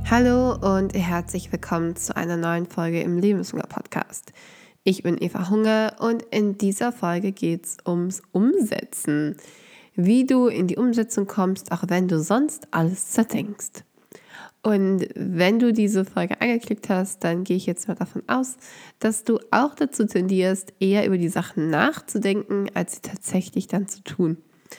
Hallo und herzlich willkommen zu einer neuen Folge im Lebenshunger-Podcast. Ich bin Eva Hunger und in dieser Folge geht es ums Umsetzen. Wie du in die Umsetzung kommst, auch wenn du sonst alles zerdenkst. Und wenn du diese Folge angeklickt hast, dann gehe ich jetzt mal davon aus, dass du auch dazu tendierst, eher über die Sachen nachzudenken, als sie tatsächlich dann zu tun.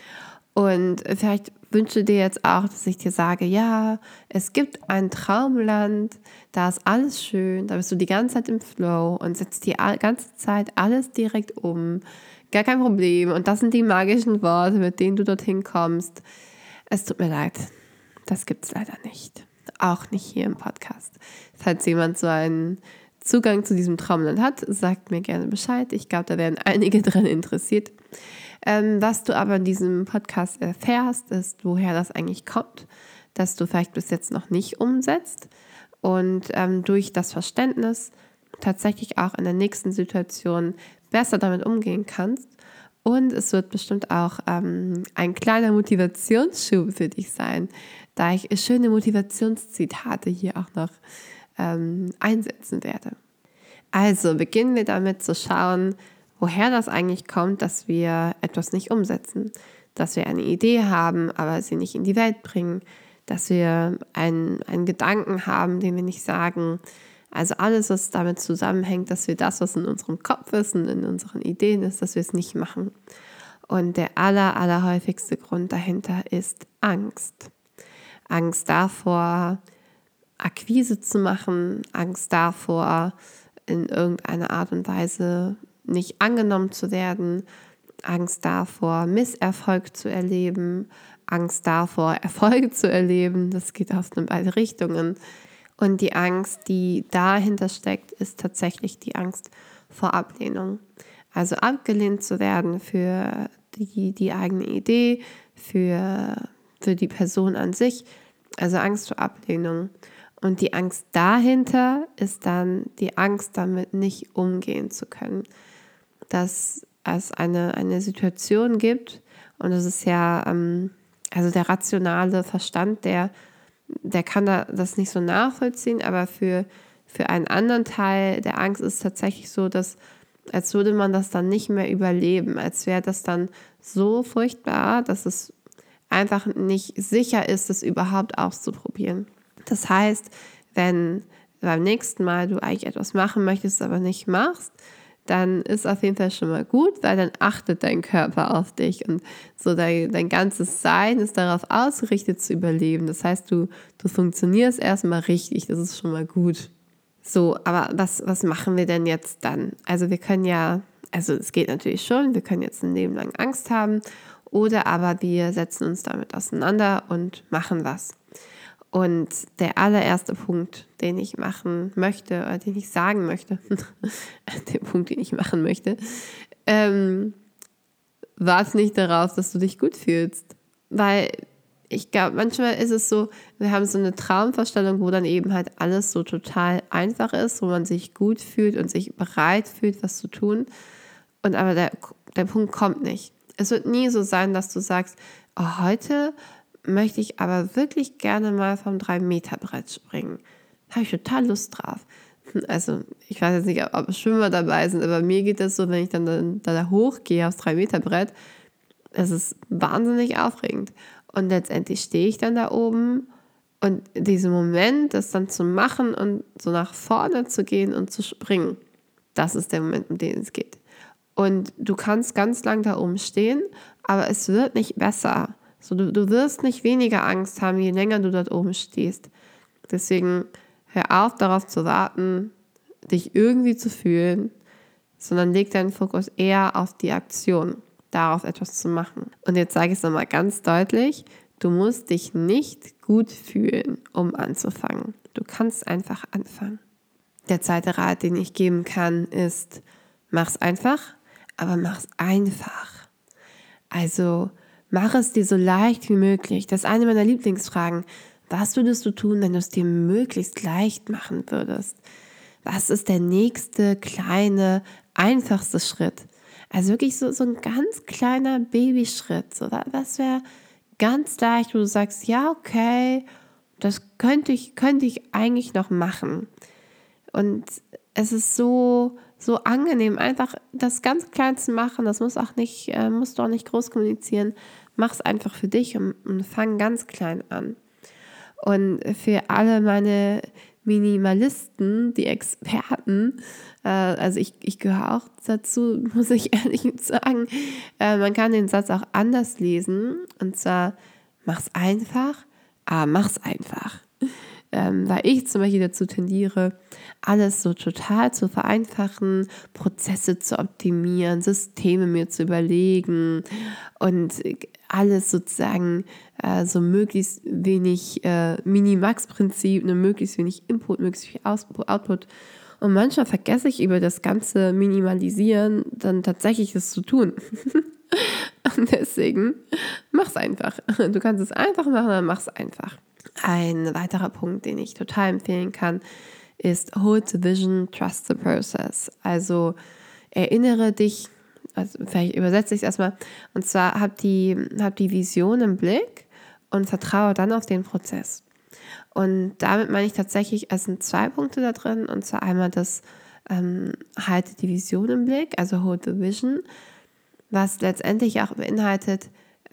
Und vielleicht wünschst du dir jetzt auch, dass ich dir sage, ja, es gibt ein Traumland, da ist alles schön, da bist du die ganze Zeit im Flow und setzt die ganze Zeit alles direkt um. Gar kein Problem. Und das sind die magischen Worte, mit denen du dorthin kommst. Es tut mir leid, das gibt es leider nicht. Auch nicht hier im Podcast. Falls jemand so einen Zugang zu diesem Traumland hat, sagt mir gerne Bescheid. Ich glaube, da werden einige dran interessiert. Was du aber in diesem Podcast erfährst, ist, woher das eigentlich kommt, dass du vielleicht bis jetzt noch nicht umsetzt und durch das Verständnis tatsächlich auch in der nächsten Situation besser damit umgehen kannst. Und es wird bestimmt auch ein kleiner Motivationsschub für dich sein, da ich schöne Motivationszitate hier auch noch einsetzen werde. Also beginnen wir damit zu schauen, woher das eigentlich kommt, dass wir etwas nicht umsetzen, dass wir eine Idee haben, aber sie nicht in die Welt bringen, dass wir einen Gedanken haben, den wir nicht sagen. Also alles, was damit zusammenhängt, dass wir das, was in unserem Kopf ist und in unseren Ideen ist, dass wir es nicht machen. Und der allerhäufigste Grund dahinter ist Angst. Angst davor, Akquise zu machen, Angst davor, in irgendeiner Art und Weise nicht angenommen zu werden, Angst davor, Misserfolg zu erleben, Angst davor, Erfolge zu erleben. Das geht aus in beide Richtungen. Und die Angst, die dahinter steckt, ist tatsächlich die Angst vor Ablehnung. Also abgelehnt zu werden für die eigene Idee, für die Person an sich. Also Angst vor Ablehnung. Und die Angst dahinter ist dann die Angst, damit nicht umgehen zu können. Dass es eine Situation gibt, und das ist ja, also der rationale Verstand, der kann das nicht so nachvollziehen, aber für einen anderen Teil der Angst ist es tatsächlich so, dass als würde man das dann nicht mehr überleben, als wäre das dann so furchtbar, dass es einfach nicht sicher ist, das überhaupt auszuprobieren. Das heißt, wenn beim nächsten Mal du eigentlich etwas machen möchtest, aber nicht machst, dann ist auf jeden Fall schon mal gut, weil dann achtet dein Körper auf dich und so dein ganzes Sein ist darauf ausgerichtet zu überleben. Das heißt, du funktionierst erstmal richtig, das ist schon mal gut. So, aber was machen wir denn jetzt dann? Also wir können ja, also es geht natürlich schon, wir können jetzt ein Leben lang Angst haben oder aber wir setzen uns damit auseinander und machen was. Und der allererste Punkt, den ich machen möchte, oder den ich sagen möchte, der Punkt, den ich machen möchte, warte nicht darauf, dass du dich gut fühlst. Weil ich glaube, manchmal ist es so, wir haben so eine Traumvorstellung, wo dann eben halt alles so total einfach ist, wo man sich gut fühlt und sich bereit fühlt, was zu tun. Und aber der Punkt kommt nicht. Es wird nie so sein, dass du sagst, oh, heute möchte ich aber wirklich gerne mal vom 3-Meter-Brett springen. Da habe ich total Lust drauf. Also ich weiß jetzt nicht, ob Schwimmer dabei sind, aber mir geht das so, wenn ich dann da hochgehe aufs 3-Meter-Brett, es ist wahnsinnig aufregend. Und letztendlich stehe ich dann da oben und diesen Moment, das dann zu machen und so nach vorne zu gehen und zu springen, das ist der Moment, um den es geht. Und du kannst ganz lang da oben stehen, aber es wird nicht besser. So, du wirst nicht weniger Angst haben, je länger du dort oben stehst. Deswegen hör auf, darauf zu warten, dich irgendwie zu fühlen, sondern leg deinen Fokus eher auf die Aktion, darauf etwas zu machen. Und jetzt sage ich es nochmal ganz deutlich, du musst dich nicht gut fühlen, um anzufangen. Du kannst einfach anfangen. Der zweite Rat, den ich geben kann, ist, mach's einfach, aber mach's einfach. Also mach es dir so leicht wie möglich. Das ist eine meiner Lieblingsfragen. Was würdest du tun, wenn du es dir möglichst leicht machen würdest? Was ist der nächste kleine, einfachste Schritt? Also wirklich so ein ganz kleiner Babyschritt. So, was wäre ganz leicht, wo du sagst, ja, okay, das könnte ich eigentlich noch machen. Und es ist so angenehm, einfach das ganz klein zu machen. Das musst du auch nicht groß kommunizieren. Mach es einfach für dich und fang ganz klein an. Und für alle meine Minimalisten, die Experten, also ich gehöre auch dazu, muss ich ehrlich sagen, man kann den Satz auch anders lesen. Und zwar, mach's einfach, aber mach's einfach. Weil ich zum Beispiel dazu tendiere, alles so total zu vereinfachen, Prozesse zu optimieren, Systeme mir zu überlegen und alles sozusagen so möglichst wenig Minimax-Prinzip, möglichst wenig Input, möglichst viel Output. Und manchmal vergesse ich über das ganze Minimalisieren dann tatsächlich das zu tun. Und deswegen mach's einfach. Du kannst es einfach machen, dann mach's einfach. Ein weiterer Punkt, den ich total empfehlen kann, ist Hold the Vision, Trust the Process. Also erinnere dich, also vielleicht übersetze ich es erstmal, und zwar hab die Vision im Blick und vertraue dann auf den Prozess. Und damit meine ich tatsächlich, es sind 2 Punkte da drin, und zwar einmal das halte die Vision im Blick, also Hold the Vision, was letztendlich auch beinhaltet,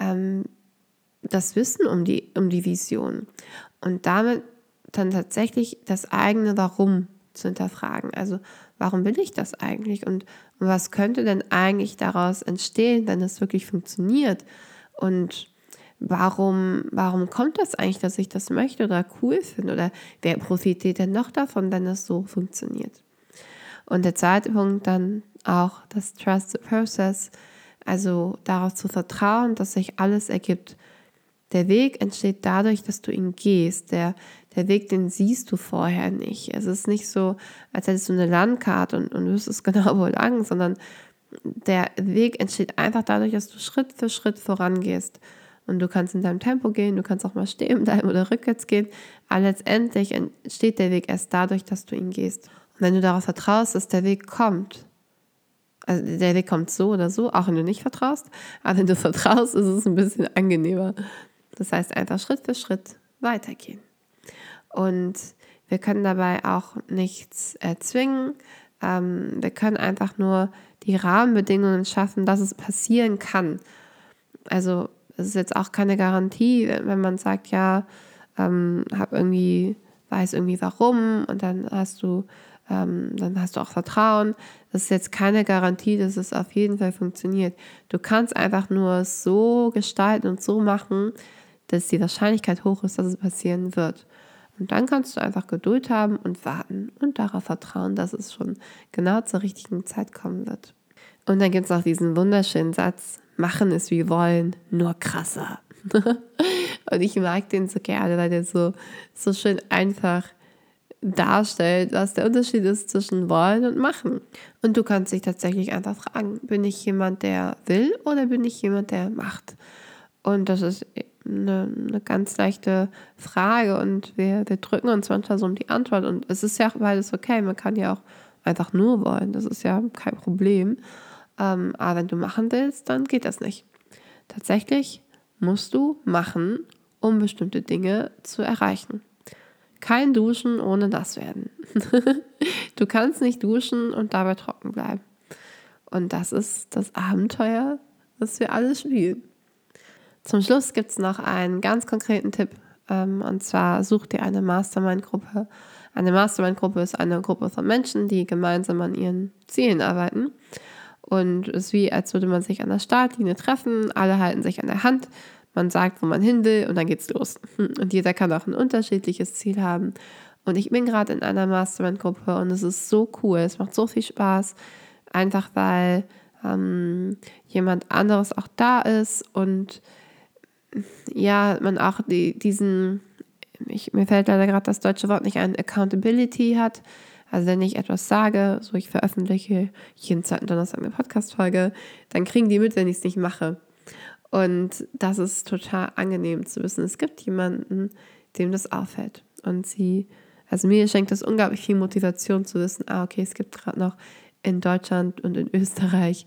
das Wissen um die Vision und damit dann tatsächlich das eigene Warum zu hinterfragen. Also warum will ich das eigentlich und was könnte denn eigentlich daraus entstehen, wenn es wirklich funktioniert und warum kommt das eigentlich, dass ich das möchte oder cool finde oder wer profitiert denn noch davon, wenn es so funktioniert. Und der zweite Punkt dann auch das Trust the Process, also darauf zu vertrauen, dass sich alles ergibt. Der Weg entsteht dadurch, dass du ihn gehst. Der Weg, den siehst du vorher nicht. Es ist nicht so, als hättest du eine Landkarte und wüsstest genau, wo lang, sondern der Weg entsteht einfach dadurch, dass du Schritt für Schritt vorangehst. Und du kannst in deinem Tempo gehen, du kannst auch mal stehen bleiben oder rückwärts gehen. Aber letztendlich entsteht der Weg erst dadurch, dass du ihn gehst. Und wenn du darauf vertraust, dass der Weg kommt, also der Weg kommt so oder so, auch wenn du nicht vertraust, aber wenn du vertraust, ist es ein bisschen angenehmer. Das heißt, einfach Schritt für Schritt weitergehen. Und wir können dabei auch nichts erzwingen. Wir können einfach nur die Rahmenbedingungen schaffen, dass es passieren kann. Also es ist jetzt auch keine Garantie, wenn man sagt, ja, weiß irgendwie warum und dann hast du auch Vertrauen. Das ist jetzt keine Garantie, dass es auf jeden Fall funktioniert. Du kannst einfach nur so gestalten und so machen, dass die Wahrscheinlichkeit hoch ist, dass es passieren wird. Und dann kannst du einfach Geduld haben und warten und darauf vertrauen, dass es schon genau zur richtigen Zeit kommen wird. Und dann gibt es auch diesen wunderschönen Satz, machen ist wie wollen, nur krasser. Und ich mag den so gerne, weil der so schön einfach darstellt, was der Unterschied ist zwischen wollen und machen. Und du kannst dich tatsächlich einfach fragen, bin ich jemand, der will oder bin ich jemand, der macht? Und das ist eine ganz leichte Frage und wir drücken uns manchmal so um die Antwort und es ist ja auch beides okay, man kann ja auch einfach nur wollen, das ist ja kein Problem, aber wenn du machen willst, dann geht das nicht. Tatsächlich musst du machen, um bestimmte Dinge zu erreichen. Kein Duschen ohne nass werden. Du kannst nicht duschen und dabei trocken bleiben. Und das ist das Abenteuer, das wir alle spielen. Zum Schluss gibt es noch einen ganz konkreten Tipp, und zwar such dir eine Mastermind-Gruppe. Eine Mastermind-Gruppe ist eine Gruppe von Menschen, die gemeinsam an ihren Zielen arbeiten. Und es ist wie, als würde man sich an der Startlinie treffen, alle halten sich an der Hand, man sagt, wo man hin will und dann geht's los. Und jeder kann auch ein unterschiedliches Ziel haben. Und ich bin gerade in einer Mastermind-Gruppe und es ist so cool, es macht so viel Spaß, einfach weil jemand anderes auch da ist und ja, man auch mir fällt leider gerade das deutsche Wort nicht ein, Accountability hat. Also wenn ich etwas sage, so ich veröffentliche jeden zweiten Donnerstag eine Podcast-Folge, dann kriegen die mit, wenn ich es nicht mache. Und das ist total angenehm zu wissen. Es gibt jemanden, dem das auffällt. Und mir schenkt das unglaublich viel Motivation zu wissen, okay, es gibt gerade noch in Deutschland und in Österreich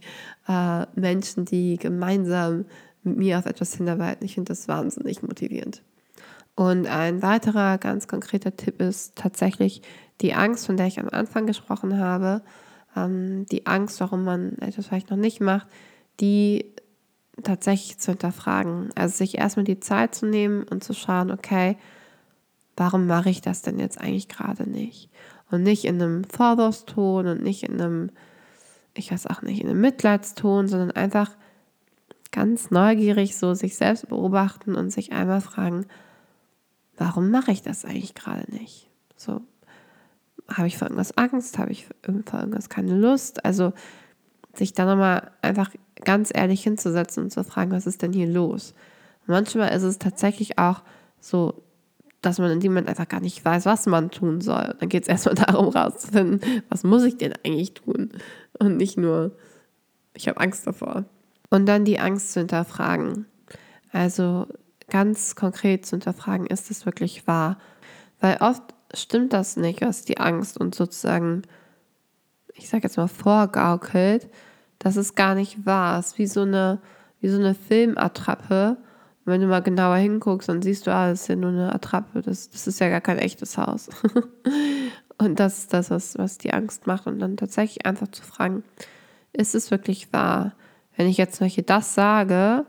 Menschen, die gemeinsam mit mir auf etwas hinarbeiten. Ich finde das wahnsinnig motivierend. Und ein weiterer ganz konkreter Tipp ist tatsächlich die Angst, von der ich am Anfang gesprochen habe. Die Angst, warum man etwas vielleicht noch nicht macht, die tatsächlich zu hinterfragen. Also sich erstmal die Zeit zu nehmen und zu schauen, okay, warum mache ich das denn jetzt eigentlich gerade nicht? Und nicht in einem Vorwurfston und nicht in einem, ich weiß auch nicht, in einem Mitleidston, sondern einfach ganz neugierig so sich selbst beobachten und sich einmal fragen, warum mache ich das eigentlich gerade nicht? So, habe ich vor irgendwas Angst? Habe ich vor irgendwas keine Lust? Also sich da nochmal einfach ganz ehrlich hinzusetzen und zu fragen, was ist denn hier los? Manchmal ist es tatsächlich auch so, dass man in dem Moment einfach gar nicht weiß, was man tun soll. Und dann geht es erstmal darum, rauszufinden, was muss ich denn eigentlich tun? Und nicht nur, ich habe Angst davor. Und dann die Angst zu hinterfragen. Also ganz konkret zu hinterfragen, ist es wirklich wahr? Weil oft stimmt das nicht, was die Angst uns sozusagen, ich sage jetzt mal, vorgaukelt, dass es gar nicht wahr ist. Wie so eine Filmattrappe. Und wenn du mal genauer hinguckst, dann siehst du, das ist ja nur eine Attrappe. Das ist ja gar kein echtes Haus. Und das ist das, was die Angst macht. Und dann tatsächlich einfach zu fragen, ist es wirklich wahr? Wenn ich jetzt zum Beispiel das sage,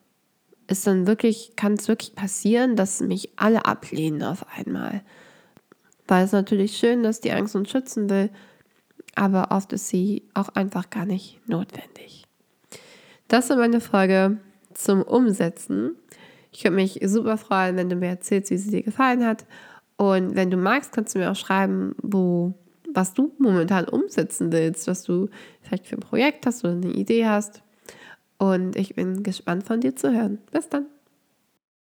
kann es wirklich passieren, dass mich alle ablehnen auf einmal. Weil es natürlich schön, dass die Angst uns schützen will, aber oft ist sie auch einfach gar nicht notwendig. Das war meine Folge zum Umsetzen. Ich würde mich super freuen, wenn du mir erzählst, wie sie dir gefallen hat. Und wenn du magst, kannst du mir auch schreiben, was du momentan umsetzen willst, was du vielleicht für ein Projekt hast oder eine Idee hast. Und ich bin gespannt von dir zu hören. Bis dann.